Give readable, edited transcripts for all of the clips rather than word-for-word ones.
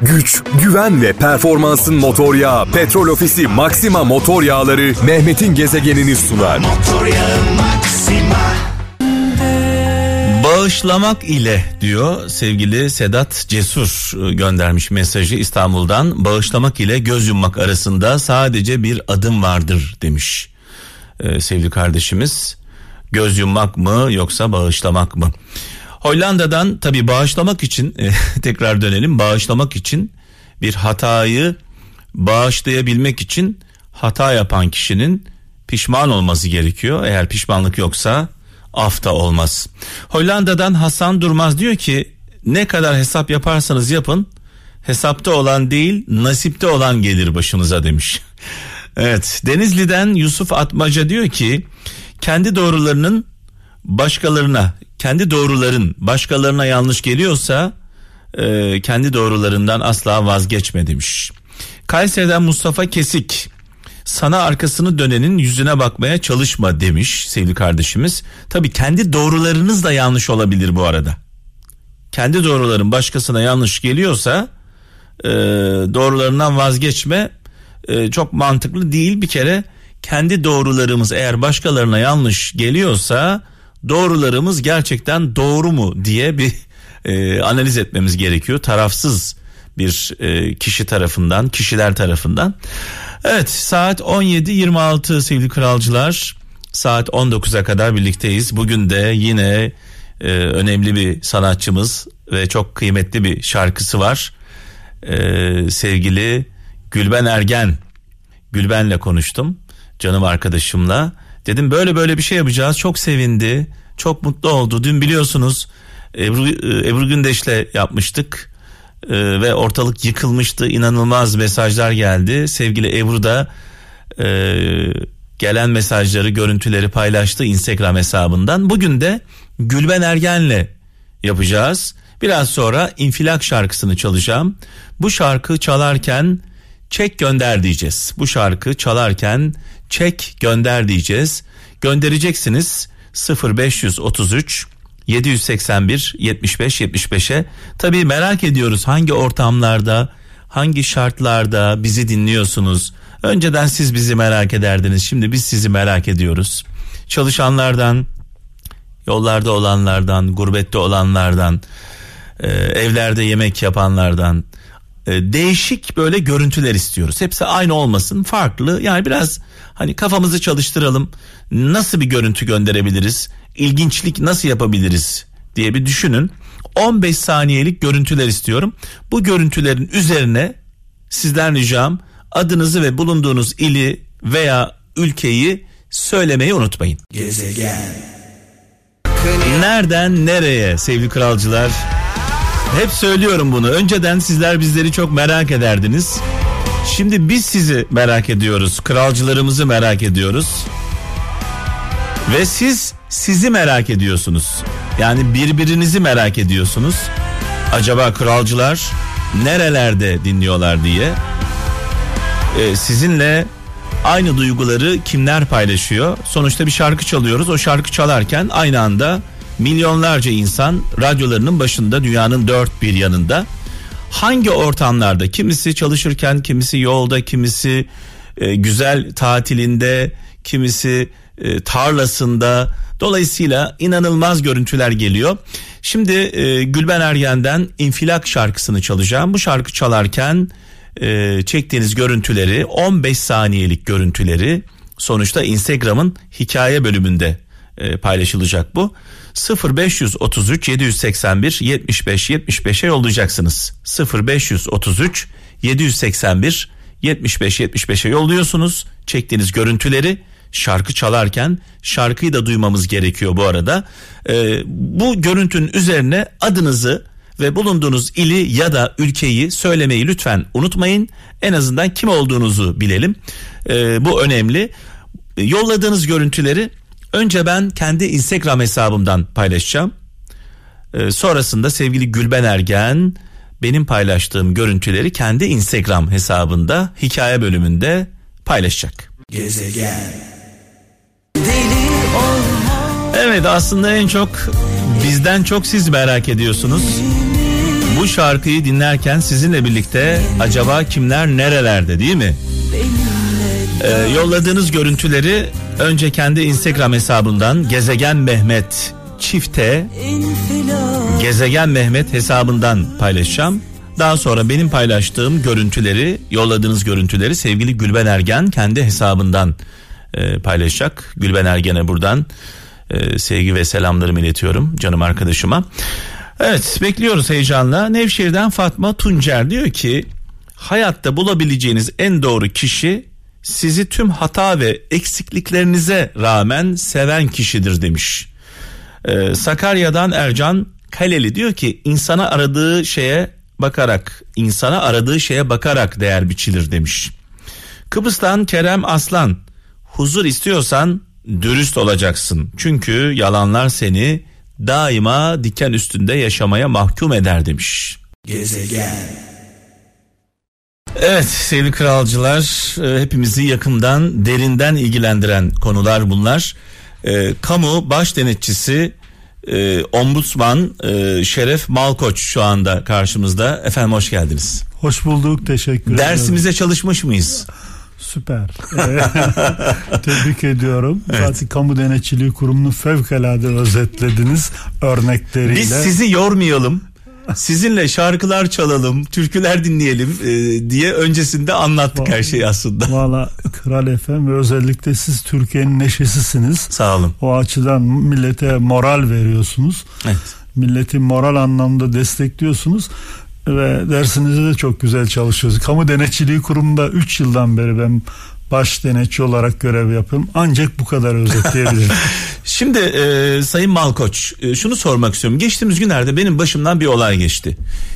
güç, güven ve performansın motor yağı Petrol Ofisi Maxima motor yağları Mehmet'in gezegenini sunar. Motor yağı Maxima. Bağışlamak ile diyor sevgili Sedat Cesur göndermiş mesajı İstanbul'dan. Bağışlamak ile göz yummak arasında sadece bir adım vardır demiş sevgili kardeşimiz. Göz yummak mı yoksa bağışlamak mı? Hollanda'dan tabii bağışlamak için tekrar dönelim. Bağışlamak için bir hatayı bağışlayabilmek için hata yapan kişinin pişman olması gerekiyor. Eğer pişmanlık yoksa af da olmaz. Hollanda'dan Hasan Durmaz diyor ki ne kadar hesap yaparsanız yapın hesapta olan değil nasipte olan gelir başınıza demiş. Evet, Denizli'den Yusuf Atmaca diyor ki kendi doğruların başkalarına yanlış geliyorsa kendi doğrularından asla vazgeçme demiş. Kayseri'den Mustafa Kesik sana arkasını dönenin yüzüne bakmaya çalışma demiş sevgili kardeşimiz. Tabii kendi doğrularınız da yanlış olabilir bu arada. Kendi doğruların başkasına yanlış geliyorsa doğrularından vazgeçme çok mantıklı değil. Bir kere kendi doğrularımız eğer başkalarına yanlış geliyorsa doğrularımız gerçekten doğru mu diye bir analiz etmemiz gerekiyor. Tarafsız bir kişiler tarafından. Evet, saat 17.26 sevgili kralcılar. Saat 19'a kadar birlikteyiz. Bugün de yine önemli bir sanatçımız ve çok kıymetli bir şarkısı var. Sevgili Gülben Ergen. Gülben'le konuştum. Canım arkadaşımla. Dedim böyle bir şey yapacağız. Çok sevindi. Çok mutlu oldu. Dün biliyorsunuz Ebru Gündeş'le yapmıştık. Ve ortalık yıkılmıştı. İnanılmaz mesajlar geldi. Sevgili Ebru da gelen mesajları, görüntüleri paylaştı Instagram hesabından. Bugün de Gülben Ergen'le yapacağız. Biraz sonra İnfilak şarkısını çalacağım. Bu şarkı çalarken çek gönder diyeceğiz. Bu şarkı çalarken çek gönder diyeceğiz. Göndereceksiniz 0533 781 75 75'e. Tabii merak ediyoruz hangi ortamlarda, hangi şartlarda bizi dinliyorsunuz. Önceden siz bizi merak ederdiniz. Şimdi biz sizi merak ediyoruz. Çalışanlardan, yollarda olanlardan, gurbette olanlardan, evlerde yemek yapanlardan değişik böyle görüntüler istiyoruz. Hepsi aynı olmasın, farklı. Yani biraz hani kafamızı çalıştıralım. Nasıl bir görüntü gönderebiliriz? İlginçlik nasıl yapabiliriz diye bir düşünün. 15 saniyelik görüntüler istiyorum. Bu görüntülerin üzerine sizden ricam adınızı ve bulunduğunuz ili veya ülkeyi söylemeyi unutmayın. Gezegen. Nereden nereye sevgili kralcılar? Hep söylüyorum bunu. Önceden sizler bizleri çok merak ederdiniz. Şimdi biz sizi merak ediyoruz. Kralcılarımızı merak ediyoruz. Ve sizi merak ediyorsunuz. Yani birbirinizi merak ediyorsunuz. Acaba kralcılar nerelerde dinliyorlar diye. Sizinle aynı duyguları kimler paylaşıyor? Sonuçta bir şarkı çalıyoruz. O şarkı çalarken aynı anda milyonlarca insan radyolarının başında, dünyanın dört bir yanında. Hangi ortamlarda? Kimisi çalışırken, kimisi yolda, kimisi güzel tatilinde, kimisi tarlasında. Dolayısıyla inanılmaz görüntüler geliyor. Şimdi Gülben Ergen'den İnfilak şarkısını çalacağım. Bu şarkı çalarken çektiğiniz görüntüleri, 15 saniyelik görüntüleri, sonuçta Instagram'ın hikaye bölümünde paylaşılacak bu. 0533 781 75 75'e yollayacaksınız. 0533 781 75 75'e yolluyorsunuz çektiğiniz görüntüleri. Şarkı çalarken şarkıyı da duymamız gerekiyor bu arada. Bu görüntünün üzerine adınızı ve bulunduğunuz ili ya da ülkeyi söylemeyi lütfen unutmayın. En azından kim olduğunuzu bilelim. Bu önemli. Yolladığınız görüntüleri önce ben kendi Instagram hesabımdan paylaşacağım. Sonrasında sevgili Gülben Ergen benim paylaştığım görüntüleri kendi Instagram hesabında hikaye bölümünde paylaşacak. Gezegen. Evet, aslında en çok bizden çok siz merak ediyorsunuz. Bu şarkıyı dinlerken sizinle birlikte acaba kimler nerelerde, değil mi? Yolladığınız görüntüleri önce kendi Instagram hesabından Gezegen Mehmet çifte Gezegen Mehmet hesabından paylaşacağım. Daha sonra benim paylaştığım görüntüleri, yolladığınız görüntüleri sevgili Gülben Ergen kendi hesabından paylaşacak. Gülben Ergen'e buradan sevgi ve selamlarımı iletiyorum canım arkadaşıma. Evet, bekliyoruz heyecanla. Nevşehir'den Fatma Tuncer diyor ki hayatta bulabileceğiniz en doğru kişi sizi tüm hata ve eksikliklerinize rağmen seven kişidir demiş. Sakarya'dan Ercan Kaleli diyor ki insana aradığı şeye bakarak değer biçilir demiş. Kıbrıs'tan Kerem Aslan, huzur istiyorsan dürüst olacaksın. Çünkü yalanlar seni daima diken üstünde yaşamaya mahkum eder demiş. Gezegen. Evet sevgili kralcılar, hepimizi yakından, derinden ilgilendiren konular bunlar. Kamu baş denetçisi Ombudsman Şeref Malkoç şu anda karşımızda. Efendim hoş geldiniz. Hoş bulduk, teşekkür ederim. Dersimize çalışmış mıyız? Süper. Tebrik ediyorum. Evet. Zaten Kamu Denetçiliği Kurumu'nu fevkalade özetlediniz örnekleriyle. Biz sizi yormayalım. Sizinle şarkılar çalalım, türküler dinleyelim diye öncesinde anlattık her şeyi aslında. Valla Kral FM ve özellikle siz Türkiye'nin neşesisiniz. Sağ olun. O açıdan millete moral veriyorsunuz. Evet. Milleti moral anlamda destekliyorsunuz. Ve dersinizi de çok güzel çalışıyoruz. Kamu Denetçiliği Kurumu'nda 3 yıldan beri ben baş denetçi olarak görev yapıyorum. Ancak bu kadar özetleyebilirim. Şimdi Sayın Malkoç, şunu sormak istiyorum. Geçtiğimiz günlerde benim başımdan bir olay geçti.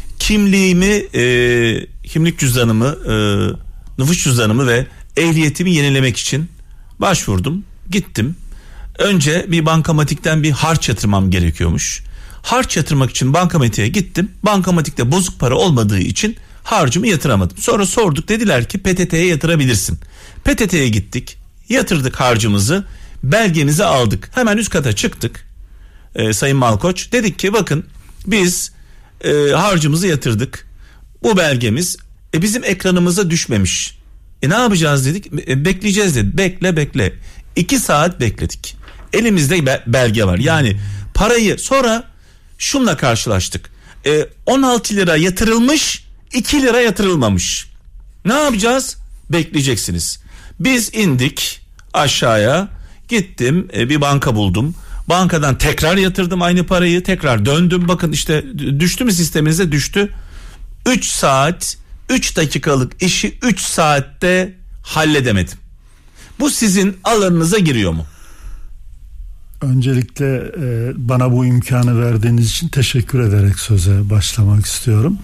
Kimlik cüzdanımı, nüfus cüzdanımı ve ehliyetimi yenilemek için başvurdum. Gittim. Önce bir bankamatikten bir harç yatırmam gerekiyormuş. Harç yatırmak için bankamatiğe gittim. Bankamatikte bozuk para olmadığı için harcımı yatıramadım. Sonra sorduk, dediler ki PTT'ye yatırabilirsin. PTT'ye gittik, yatırdık harcımızı, belgemizi aldık. Hemen üst kata çıktık Sayın Malkoç. Dedik ki bakın biz harcımızı yatırdık. Bu belgemiz bizim ekranımıza düşmemiş. Ne yapacağız dedik. Bekleyeceğiz dedi. Bekle. 2 saat bekledik. Elimizde belge var. Yani parayı sonra şunla karşılaştık. 16 lira yatırılmış, 2 lira yatırılmamış. Ne yapacağız? Bekleyeceksiniz. Biz indik aşağıya, gittim bir banka buldum. Bankadan tekrar yatırdım aynı parayı, tekrar döndüm. Bakın işte düştü mü sisteminize? Düştü. 3 saat 3 dakikalık işi 3 saatte halledemedim. Bu sizin alanınıza giriyor mu? Öncelikle bana bu imkanı verdiğiniz için teşekkür ederek söze başlamak istiyorum.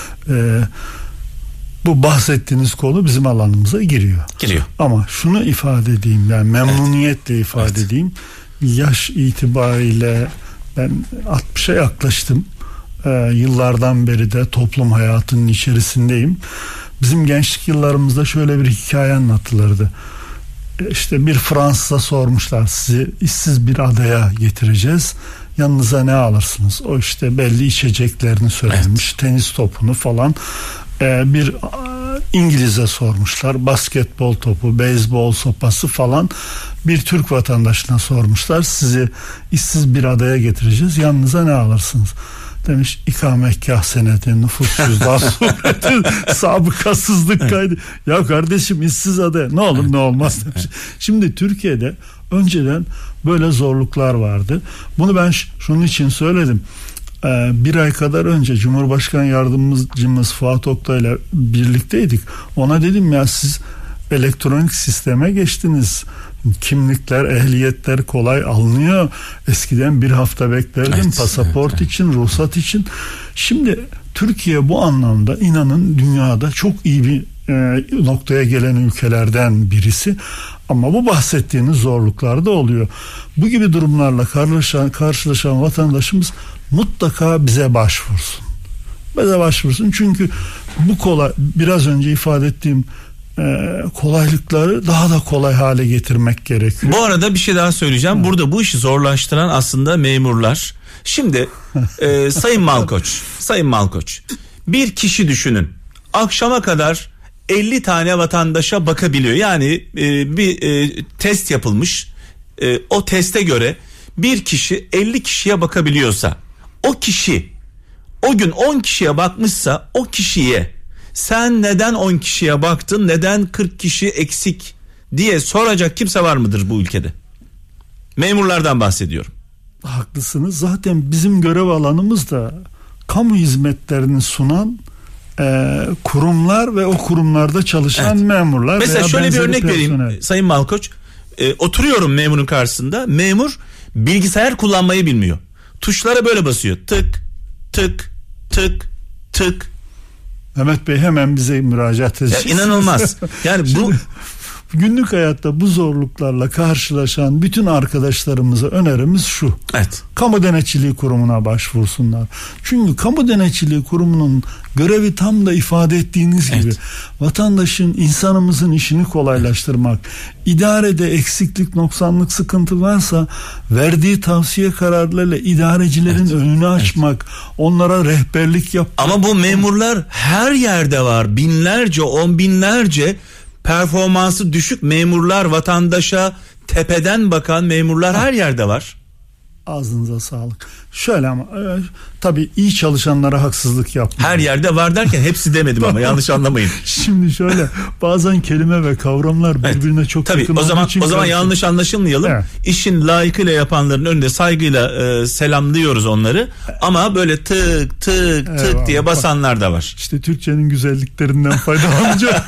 Bu bahsettiğiniz konu bizim alanımıza giriyor. Ama şunu ifade edeyim, yani memnuniyetle ifade edeyim. Yaş itibariyle ben 60'a yaklaştım. Yıllardan beri de toplum hayatının içerisindeyim. Bizim gençlik yıllarımızda şöyle bir hikaye anlatılırdı. İşte bir Fransız'a sormuşlar, sizi işsiz bir adaya getireceğiz, yanınıza ne alırsınız? O işte belli içeceklerini söylemiş, tenis topunu falan. Bir İngiliz'e sormuşlar, basketbol topu, beyzbol sopası falan. Bir Türk vatandaşına sormuşlar, sizi işsiz bir adaya getireceğiz, yanınıza ne alırsınız? Demiş, ikametgah senedi, nüfus cüzdan sureti, sabıkasızlık kaydı. Ya kardeşim, işsiz adaya ne olur ne olmaz demiş. Şimdi Türkiye'de önceden böyle zorluklar vardı. Bunu ben şunun için söyledim. Bir ay kadar önce Cumhurbaşkanı Yardımcımız Fuat Oktay'la birlikteydik. Ona dedim, ya siz elektronik sisteme geçtiniz. Kimlikler, ehliyetler kolay alınıyor. Eskiden bir hafta beklerdim pasaport için, ruhsat için. Şimdi Türkiye bu anlamda inanın dünyada çok iyi bir noktaya gelen ülkelerden birisi. Ama bu bahsettiğiniz zorluklar da oluyor. Bu gibi durumlarla karşılaşan vatandaşımız mutlaka bize başvursun. Çünkü bu kolay, biraz önce ifade ettiğim kolaylıkları daha da kolay hale getirmek gerekiyor. Bu arada bir şey daha söyleyeceğim. Burada bu işi zorlaştıran aslında memurlar. Şimdi Sayın Malkoç, Sayın Malkoç, bir kişi düşünün. Akşama kadar 50 tane vatandaşa bakabiliyor. Yani bir test yapılmış. O teste göre bir kişi 50 kişiye bakabiliyorsa, o kişi o gün 10 kişiye bakmışsa, o kişiye sen neden 10 kişiye baktın, neden 40 kişi eksik diye soracak kimse var mıdır bu ülkede? Memurlardan bahsediyorum. Haklısınız. Zaten bizim görev alanımız da kamu hizmetlerini sunan kurumlar ve o kurumlarda çalışan memurlar. Mesela şöyle bir örnek vereyim Sayın Malkoç. Oturuyorum memurun karşısında. Memur bilgisayar kullanmayı bilmiyor. Tuşlara böyle basıyor. Tık tık tık tık. Mehmet Bey hemen bize müracaat edeceğiz. İnanılmaz. Yani bu günlük hayatta bu zorluklarla karşılaşan bütün arkadaşlarımıza önerimiz şu. Evet. Kamu Denetçiliği Kurumu'na başvursunlar. Çünkü Kamu Denetçiliği Kurumu'nun görevi tam da ifade ettiğiniz gibi vatandaşın, insanımızın işini kolaylaştırmak, idarede eksiklik, noksanlık, sıkıntı varsa verdiği tavsiye kararlarıyla idarecilerin önünü açmak, onlara rehberlik yapmak. Ama bu memurlar her yerde var. Binlerce, on binlerce performansı düşük memurlar, vatandaşa tepeden bakan memurlar her yerde var. Ağzınıza sağlık. Şöyle ama tabii iyi çalışanlara haksızlık yapmayın. Her yerde var derken hepsi demedim ama yanlış anlamayın. Şimdi şöyle bazen kelime ve kavramlar birbirine çok tabii, yakın. O zaman yanlış anlaşılmayalım. Evet. İşin layıkıyla yapanların önünde saygıyla selamlıyoruz onları. Ama böyle tık tık tık diye basanlar da var. İşte Türkçenin güzelliklerinden faydalanınca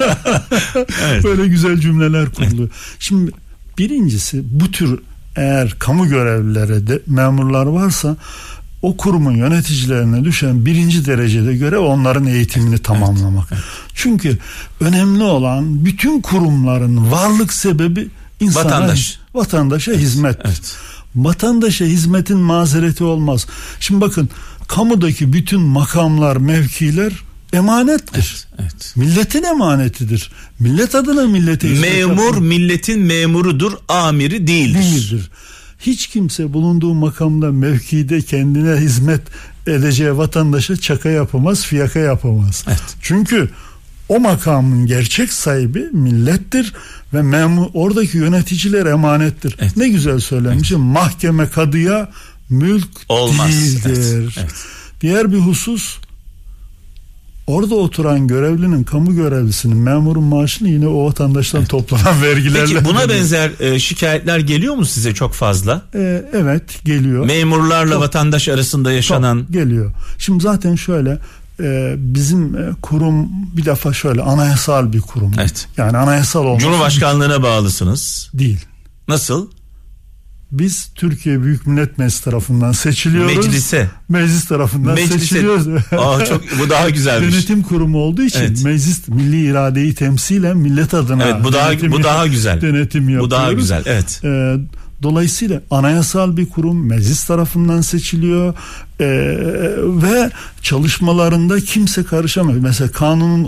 böyle güzel cümleler kuruluyor. Şimdi birincisi bu tür eğer kamu görevlileri de memurlar varsa o kurumun yöneticilerine düşen birinci derecede görev onların eğitimini tamamlamak. Evet. Çünkü önemli olan bütün kurumların varlık sebebi vatandaşa hizmet. Evet. Vatandaşa hizmetin mazereti olmaz. Şimdi bakın kamudaki bütün makamlar, mevkiler emanettir. Evet. Milletin emanetidir. Millet adına millete hizmet memur milletin memurudur, amiri değildir. Hiç kimse bulunduğu makamda, mevkide kendine hizmet edeceği vatandaşa çaka yapamaz, fiyaka yapamaz. Evet. Çünkü o makamın gerçek sahibi millettir ve oradaki yöneticiler emanettir. Evet. Ne güzel söylemişim. Evet. Mahkeme kadıya mülk olmaz, değildir. Evet. Diğer bir husus, orada oturan görevlinin, kamu görevlisinin, memurun maaşını yine o vatandaştan toplanan vergilerle. Peki buna benzer şikayetler geliyor mu size çok fazla? Evet, geliyor. Memurlarla vatandaş arasında yaşanan. Geliyor. Şimdi zaten şöyle bizim kurum bir defa şöyle anayasal bir kurum. Evet. Yani anayasal olması. Cumhurbaşkanlığına bağlısınız. Değil. Nasıl? Biz Türkiye Büyük Millet Meclisi tarafından seçiliyoruz. Meclis tarafından seçiliyoruz. Bu daha güzelmiş. Yönetim kurumu olduğu için meclis milli iradeyi temsilen millet adına. Evet, bu daha güzel. Denetim yapıyoruz. Bu daha güzel. Evet. Dolayısıyla anayasal bir kurum meclis tarafından seçiliyor ve çalışmalarında kimse karışamıyor. Mesela kanunun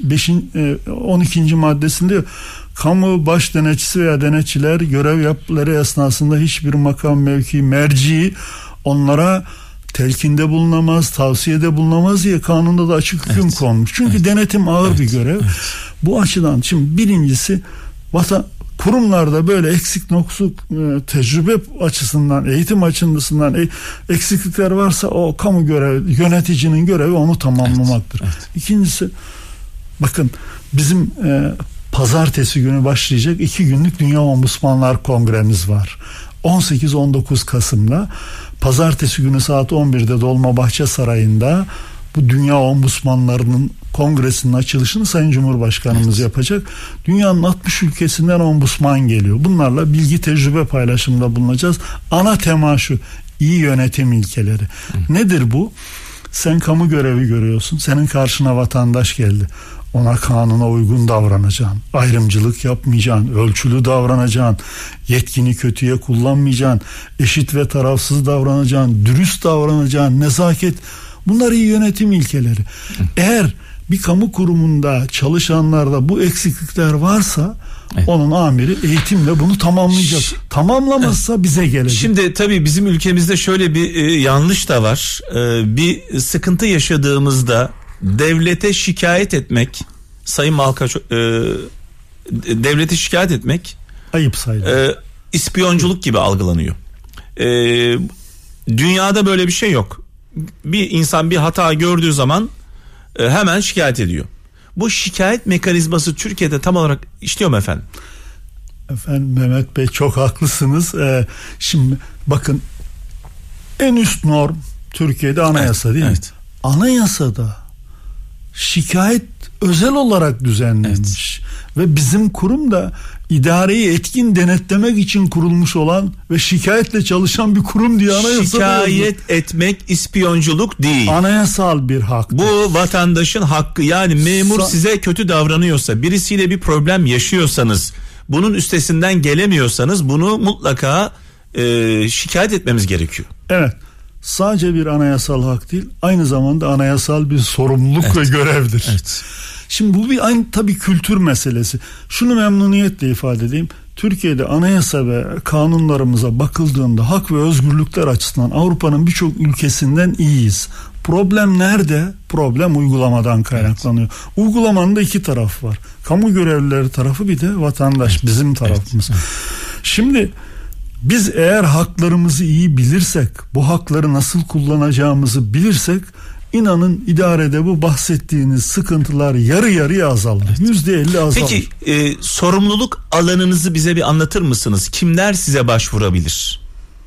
12. maddesinde kamu baş denetçisi veya denetçiler görev yapmaları esnasında hiçbir makam, mevki, merci onlara telkinde bulunamaz, tavsiyede bulunamaz diye kanunda da açık hüküm konmuş. Çünkü denetim ağır bir görev. Evet. Bu açıdan şimdi birincisi kurumlarda böyle eksik noksuk tecrübe açısından, eğitim açısından eksiklikler varsa o kamu yöneticinin görevi onu tamamlamaktır. Evet. İkincisi bakın bizim pazartesi günü başlayacak 2 günlük Dünya Ombudsmanlar Kongremiz var. 18-19 Kasım'da pazartesi günü saat 11'de Dolmabahçe Sarayı'nda bu Dünya Ombudsmanlarının kongresinin açılışını Sayın Cumhurbaşkanımız yapacak. Dünyanın 60 ülkesinden ombudsman geliyor. Bunlarla bilgi tecrübe paylaşımında bulunacağız. Ana tema şu: iyi yönetim ilkeleri. Nedir bu? Sen kamu görevi görüyorsun. Senin karşına vatandaş geldi. Ona kanuna uygun davranacaksın. Ayrımcılık yapmayacaksın. Ölçülü davranacaksın. Yetkini kötüye kullanmayacaksın. Eşit ve tarafsız davranacaksın. Dürüst davranacaksın. Nezaket. Bunlar iyi yönetim ilkeleri. Eğer bir kamu kurumunda çalışanlarda bu eksiklikler varsa onun amiri eğitimle bunu tamamlayacak. Tamamlamazsa bize gelecek. Şimdi tabii bizim ülkemizde şöyle bir yanlış da var. Bir sıkıntı yaşadığımızda devlete şikayet etmek, Sayın Malkaç, devlete şikayet etmek ayıp sayılır. İspiyonculuk gibi algılanıyor. Dünyada böyle bir şey yok. Bir insan bir hata gördüğü zaman hemen şikayet ediyor. Bu şikayet mekanizması Türkiye'de tam olarak işliyor mu efendim? Efendim Mehmet Bey çok haklısınız. Şimdi bakın, en üst norm Türkiye'de anayasa değil mi? Anayasada şikayet özel olarak düzenlenmiş. Ve bizim kurum da idareyi etkin denetlemek için kurulmuş olan ve şikayetle çalışan bir kurum diye anayasada şikayet etmek ispiyonculuk değil. Anayasal bir hak. Bu vatandaşın hakkı. Yani memur size kötü davranıyorsa, birisiyle bir problem yaşıyorsanız, bunun üstesinden gelemiyorsanız bunu mutlaka şikayet etmemiz gerekiyor. Evet. Sadece bir anayasal hak değil, aynı zamanda anayasal bir sorumluluk ve görevdir. Evet. Şimdi bu bir aynı tabii kültür meselesi. Şunu memnuniyetle ifade edeyim. Türkiye'de anayasa ve kanunlarımıza bakıldığında hak ve özgürlükler açısından Avrupa'nın birçok ülkesinden iyiyiz. Problem nerede? Problem uygulamadan kaynaklanıyor. Uygulamanın da iki tarafı var. Kamu görevlileri tarafı, bir de vatandaş, bizim tarafımız. Şimdi biz eğer haklarımızı iyi bilirsek, bu hakları nasıl kullanacağımızı bilirsek, İnanın idarede bu bahsettiğiniz sıkıntılar yarı yarıya azalır. %50 azalır. Peki sorumluluk alanınızı bize bir anlatır mısınız? Kimler size başvurabilir?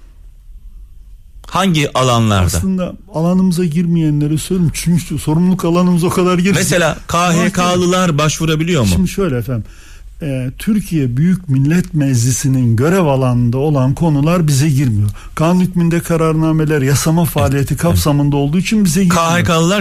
Hangi alanlarda? Aslında alanımıza girmeyenleri söyleyeyim. Çünkü sorumluluk alanımız o kadar geniş. Mesela KHK'lılar başvurabiliyor mu? Şimdi şöyle efendim. Türkiye Büyük Millet Meclisi'nin görev alanında olan konular bize girmiyor. Kanun hükmünde kararnameler yasama faaliyeti kapsamında olduğu için bize girmiyor. KHK'lılar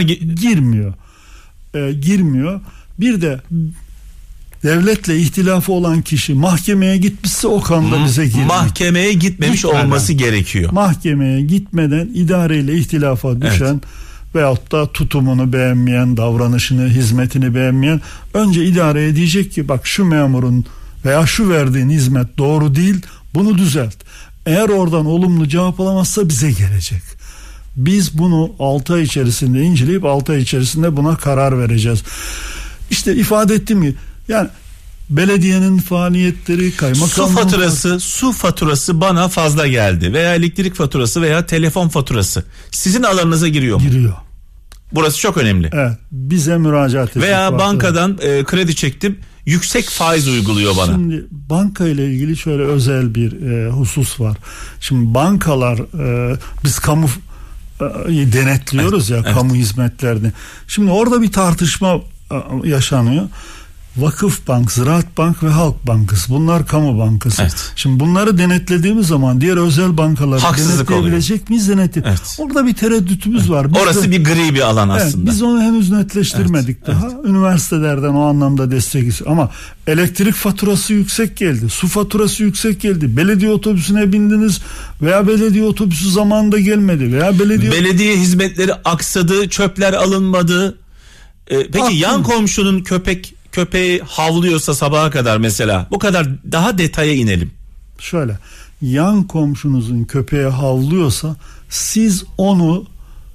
girmiyor. Bir de devletle ihtilafı olan kişi mahkemeye gitmişse o konuda bize girmiyor. Mahkemeye gitmemiş olması gerekiyor. Mahkemeye gitmeden idareyle ihtilafa düşen veyahut da tutumunu beğenmeyen, davranışını, hizmetini beğenmeyen önce idareye diyecek ki bak şu memurun veya şu verdiğin hizmet doğru değil, bunu düzelt. Eğer oradan olumlu cevap alamazsa bize gelecek. Biz bunu 6 ay içerisinde inceleyip 6 ay içerisinde buna karar vereceğiz. İşte ifade ettiğim gibi yani belediyenin faaliyetleri, kaymakamlığın su faturası bana fazla geldi veya elektrik faturası veya telefon faturası sizin alanınıza giriyor mu? Giriyor. Burası çok önemli. Evet, bize müracaat edin. Veya bankadan kredi çektim, yüksek faiz uyguluyor bana. Şimdi banka ile ilgili şöyle özel bir husus var. Şimdi bankalar biz kamu denetliyoruz kamu hizmetlerini. Şimdi orada bir tartışma yaşanıyor. Vakıfbank, Ziraat Bank ve Halk Bankası, bunlar kamu bankası. Şimdi bunları denetlediğimiz zaman diğer özel bankaları denetleyebilecek miyiz? Orada bir tereddütümüz var. Orası bir gri bir alan aslında. Biz onu henüz netleştirmedik daha. Üniversitelerden o anlamda destek istiyor. Ama elektrik faturası yüksek geldi. Su faturası yüksek geldi. Belediye otobüsüne bindiniz veya belediye otobüsü zamanında gelmedi veya belediye hizmetleri aksadı, çöpler alınmadı. Peki yan komşunun köpeği havlıyorsa sabaha kadar mesela, bu kadar daha detaya inelim. Şöyle, yan komşunuzun köpeği havlıyorsa siz onu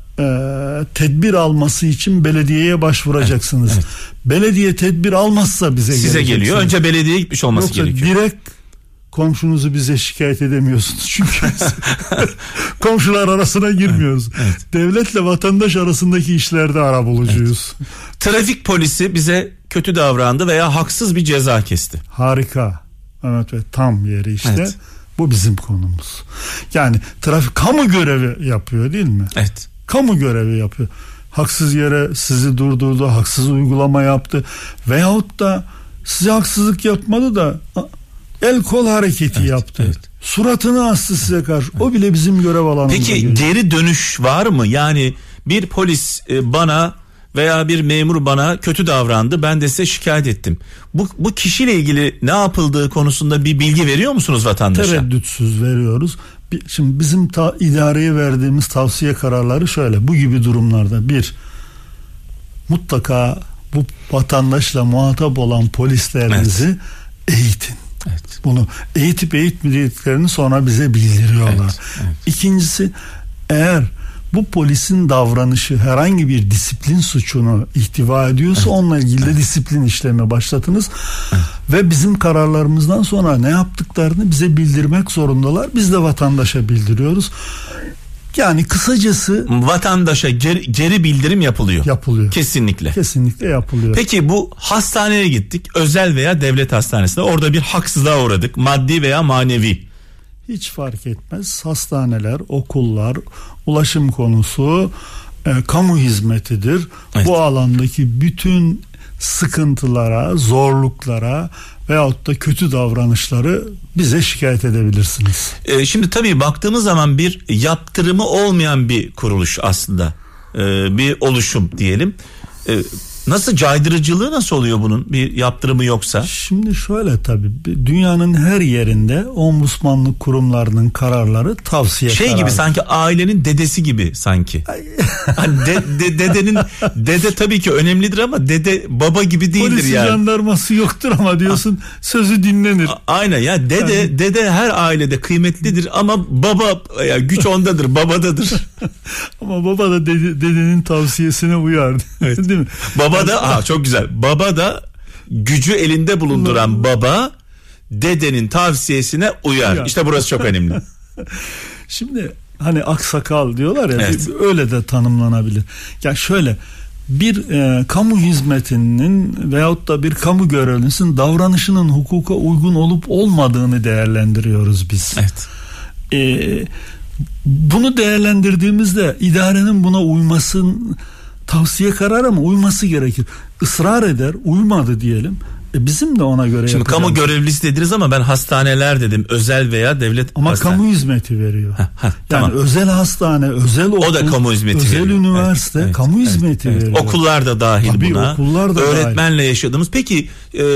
tedbir alması için belediyeye başvuracaksınız. Belediye tedbir almazsa size geliyor. Önce belediyeye gitmiş olması gerekiyor. Direkt komşunuzu bize şikayet edemiyorsunuz çünkü komşular arasına girmiyoruz. Devletle vatandaş arasındaki işlerde arabulucuyuz. Trafik polisi bize kötü davrandı veya haksız bir ceza kesti. Harika. Evet, tam yeri işte. Bu bizim konumuz. Yani trafik kamu görevi yapıyor değil mi? Kamu görevi yapıyor. Haksız yere sizi durdurdu, haksız uygulama yaptı veyahut da size haksızlık yapmadı da el kol hareketi yaptı. Suratını astı size karşı. O bile bizim görev alanımıza Peki geri dönüş var mı? Yani bir polis bana veya bir memur bana kötü davrandı, ben de size şikayet ettim. Bu kişiyle ilgili ne yapıldığı konusunda bir bilgi veriyor musunuz vatandaşa? Tereddütsüz veriyoruz. Şimdi bizim idareye verdiğimiz tavsiye kararları şöyle. Bu gibi durumlarda mutlaka bu vatandaşla muhatap olan polislerinizi eğitin. Evet. Bunu eğitip eğitmediklerini sonra bize bildiriyorlar. Evet. İkincisi, eğer bu polisin davranışı herhangi bir disiplin suçunu ihtiva ediyorsa onunla ilgili de disiplin işlemi başlatınız. Ve bizim kararlarımızdan sonra ne yaptıklarını bize bildirmek zorundalar. Biz de vatandaşa bildiriyoruz. Yani kısacası vatandaşa geri bildirim yapılıyor. Kesinlikle. Kesinlikle yapılıyor. Peki bu hastaneye gittik, özel veya devlet hastanesine, orada bir haksızlığa uğradık, maddi veya manevi. Hiç fark etmez. Hastaneler, okullar, ulaşım konusu kamu hizmetidir. Evet. Bu alandaki bütün sıkıntılara, zorluklara veyahut da kötü davranışları bize şikayet edebilirsiniz. Şimdi tabii baktığımız zaman bir yaptırımı olmayan bir kuruluş aslında. Bir oluşum diyelim. Nasıl, caydırıcılığı nasıl oluyor bunun, bir yaptırımı yoksa? Şimdi şöyle, tabii dünyanın her yerinde ombudsmanlık kurumlarının kararları tavsiye kararı. Gibi sanki ailenin dedesi gibi sanki. Hani dede tabii ki önemlidir ama dede baba gibi değildir. Polisi, yani. jandarması yoktur ama diyorsun sözü dinlenir. Aynen ya, dede her ailede kıymetlidir ama baba güç ondadır, babadadır. Ama baba da dedenin tavsiyesine uyar. Evet. Değil mi? Baba da çok güzel. Baba da gücü elinde bulunduran baba dedenin tavsiyesine uyar. İşte burası çok önemli. Şimdi hani aksakal diyorlar ya, evet. Öyle de tanımlanabilir. Ya şöyle, bir kamu hizmetinin veyahut da bir kamu görevlisinin davranışının hukuka uygun olup olmadığını değerlendiriyoruz biz. Evet. Bunu değerlendirdiğimizde idarenin buna uymasın, tavsiye kararı mı uyması gerekir. Israr eder, uymadı diyelim. Bizim de ona göre. Şimdi kamu görevlisi dediniz ama ben hastaneler dedim, özel veya devlet. Ama kamu hizmeti veriyor. Tamam. Yani özel hastane, özel okul, o da kamu hizmeti özel veriyor. üniversite, evet, kamu hizmeti veriyor. Okullar da dahil tabii buna. Okullar da öğretmenle dahil. yaşadığımız. Peki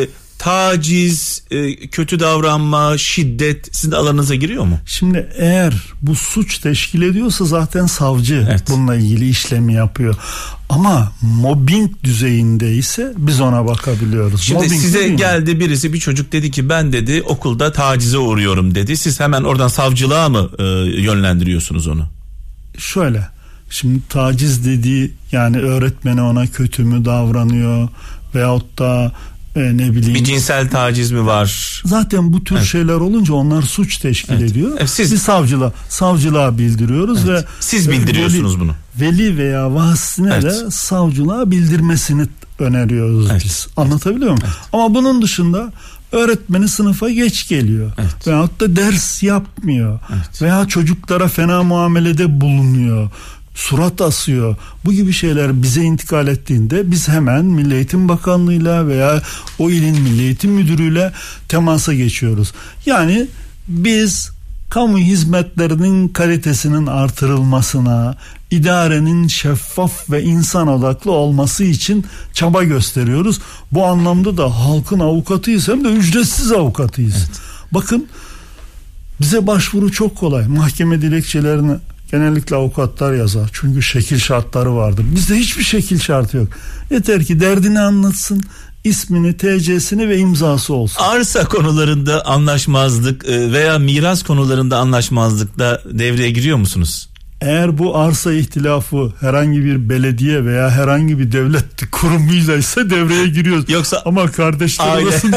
taciz, kötü davranma, şiddet sizin alanınıza giriyor mu? Şimdi eğer bu suç teşkil ediyorsa zaten savcı bununla ilgili işlemi yapıyor. Ama mobbing düzeyindeyse biz ona bakabiliyoruz. Şimdi mobbing size geldi birisi, bir çocuk dedi ki ben dedi okulda tacize uğruyorum dedi. Siz hemen oradan savcılığa mı yönlendiriyorsunuz onu? Şöyle, şimdi taciz dediği yani öğretmeni ona kötü mü davranıyor veyahut da ne bileyim, bir cinsel taciz mi var? Zaten bu tür şeyler olunca onlar suç teşkil ediyor. Siz biz savcılığa bildiriyoruz ve siz bildiriyorsunuz bunu. Veli veya vasine de savcılığa bildirmesini öneriyoruz biz. Anlatabiliyor muyum? Ama bunun dışında öğretmeni sınıfa geç geliyor. Veyahut da ders yapmıyor. Veya çocuklara fena muamelede bulunuyor. Surat asıyor. Bu gibi şeyler bize intikal ettiğinde biz hemen Milli Eğitim Bakanlığı'yla veya o ilin Milli Eğitim Müdürü'yle temasa geçiyoruz. Yani biz kamu hizmetlerinin kalitesinin artırılmasına, idarenin şeffaf ve insan odaklı olması için çaba gösteriyoruz. Bu anlamda da halkın avukatıyız, hem de ücretsiz avukatıyız. Bakın, bize başvuru çok kolay. Mahkeme dilekçelerini genellikle avukatlar yazar. Çünkü şekil şartları vardır. Bizde hiçbir şekil şartı yok. Yeter ki derdini anlatsın, ismini, TC'sini ve imzası olsun. Arsa konularında anlaşmazlık veya miras konularında anlaşmazlıkta devreye giriyor musunuz? Eğer bu arsa ihtilafı herhangi bir belediye veya herhangi bir devlet kurumuyla ise devreye giriyoruz. Yoksa ama kardeşler arasında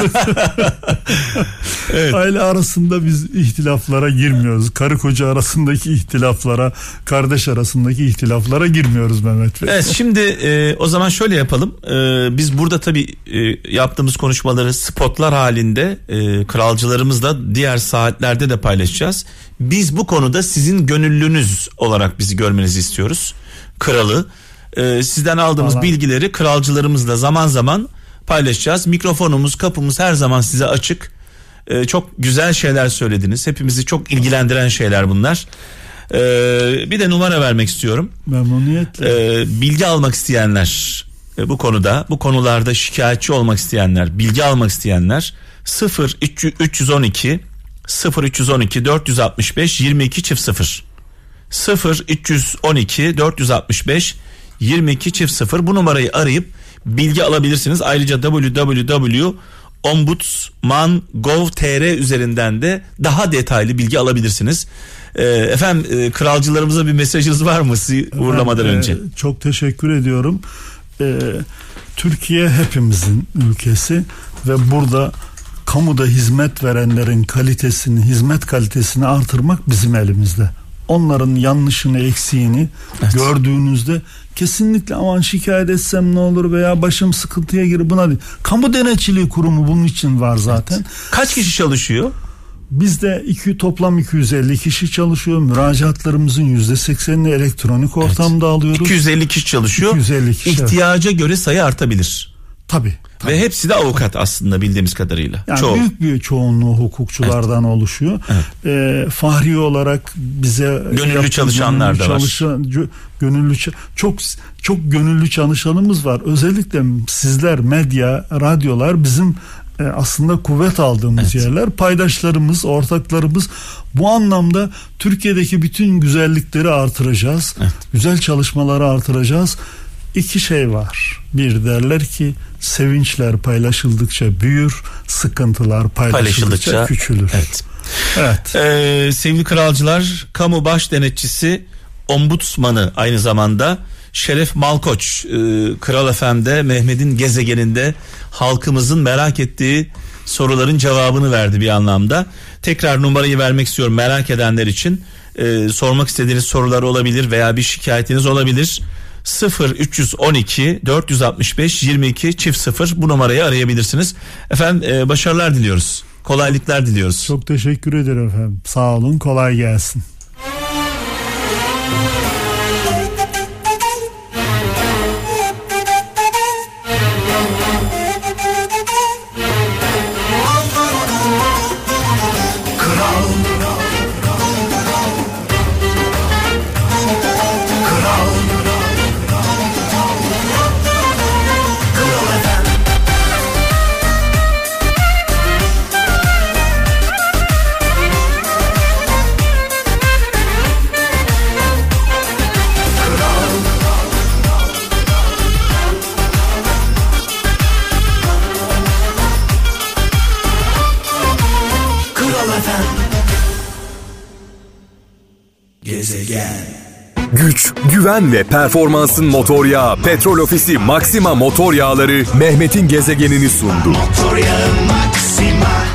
aile arasında biz ihtilaflara girmiyoruz. Karı koca arasındaki ihtilaflara, kardeş arasındaki ihtilaflara girmiyoruz Mehmet Bey. Evet, şimdi o zaman şöyle yapalım. Biz burada tabii yaptığımız konuşmaları spotlar halinde kralcılarımızla diğer saatlerde de paylaşacağız. Biz bu konuda sizin gönüllünüz olarak bizi görmenizi istiyoruz. Kralı. Sizden aldığımız bilgileri kralcılarımızla zaman zaman paylaşacağız. Mikrofonumuz, kapımız her zaman size açık. Çok güzel şeyler söylediniz. Hepimizi çok ilgilendiren şeyler bunlar. Bir de numara vermek istiyorum. Memnuniyetle. Bilgi almak isteyenler bu konuda, bu konularda şikayetçi olmak isteyenler, bilgi almak isteyenler 0312 465 2200 0312 465 2200 bu numarayı arayıp bilgi alabilirsiniz. Ayrıca www.ombudsman.gov.tr üzerinden de daha detaylı bilgi alabilirsiniz. Efendim kralcılarımıza bir mesajınız var mı sizi uğurlamadan önce? Çok teşekkür ediyorum. Türkiye hepimizin ülkesi ve burada kamuda hizmet verenlerin hizmet kalitesini artırmak bizim elimizde. Onların yanlışını, eksiğini gördüğünüzde kesinlikle aman şikayet etsem ne olur veya başım sıkıntıya girer, buna değil. Kamu Denetçiliği Kurumu bunun için var zaten. Kaç kişi çalışıyor? Bizde toplam 250 kişi çalışıyor. Müracaatlarımızın %80'ini elektronik ortamda alıyoruz. 250 kişi çalışıyor. 250 kişi. İhtiyaca göre sayı artabilir. Tabii. Ve hepsi de avukat aslında bildiğimiz kadarıyla. Yani büyük bir çoğunluğu hukukçulardan oluşuyor. Evet. Fahri olarak bize gönüllü çalışanlar da var. Çok gönüllü çalışanımız var. Özellikle sizler, medya, radyolar bizim aslında kuvvet aldığımız yerler. Paydaşlarımız, ortaklarımız. Bu anlamda Türkiye'deki bütün güzellikleri artıracağız. Evet. Güzel çalışmaları artıracağız. 2 şey var. Bir, derler ki sevinçler paylaşıldıkça büyür, sıkıntılar paylaşıldıkça küçülür. Evet. Sevgili kralcılar, kamu baş denetçisi, ombudsmanı aynı zamanda Şeref Malkoç, Kral FM'de Mehmet'in gezegeninde halkımızın merak ettiği soruların cevabını verdi bir anlamda. Tekrar numarayı vermek istiyorum merak edenler için. Sormak istediğiniz sorular olabilir veya bir şikayetiniz olabilir. 0312 465 22 0 bu numarayı arayabilirsiniz. Efendim başarılar diliyoruz. Kolaylıklar diliyoruz. Çok teşekkür ederim efendim. Sağ olun, kolay gelsin. Güç, güven ve performansın motor yağı Petrol Ofisi Maxima motor yağları Mehmet'in gezegenini sundu. Motor yağı Maxima.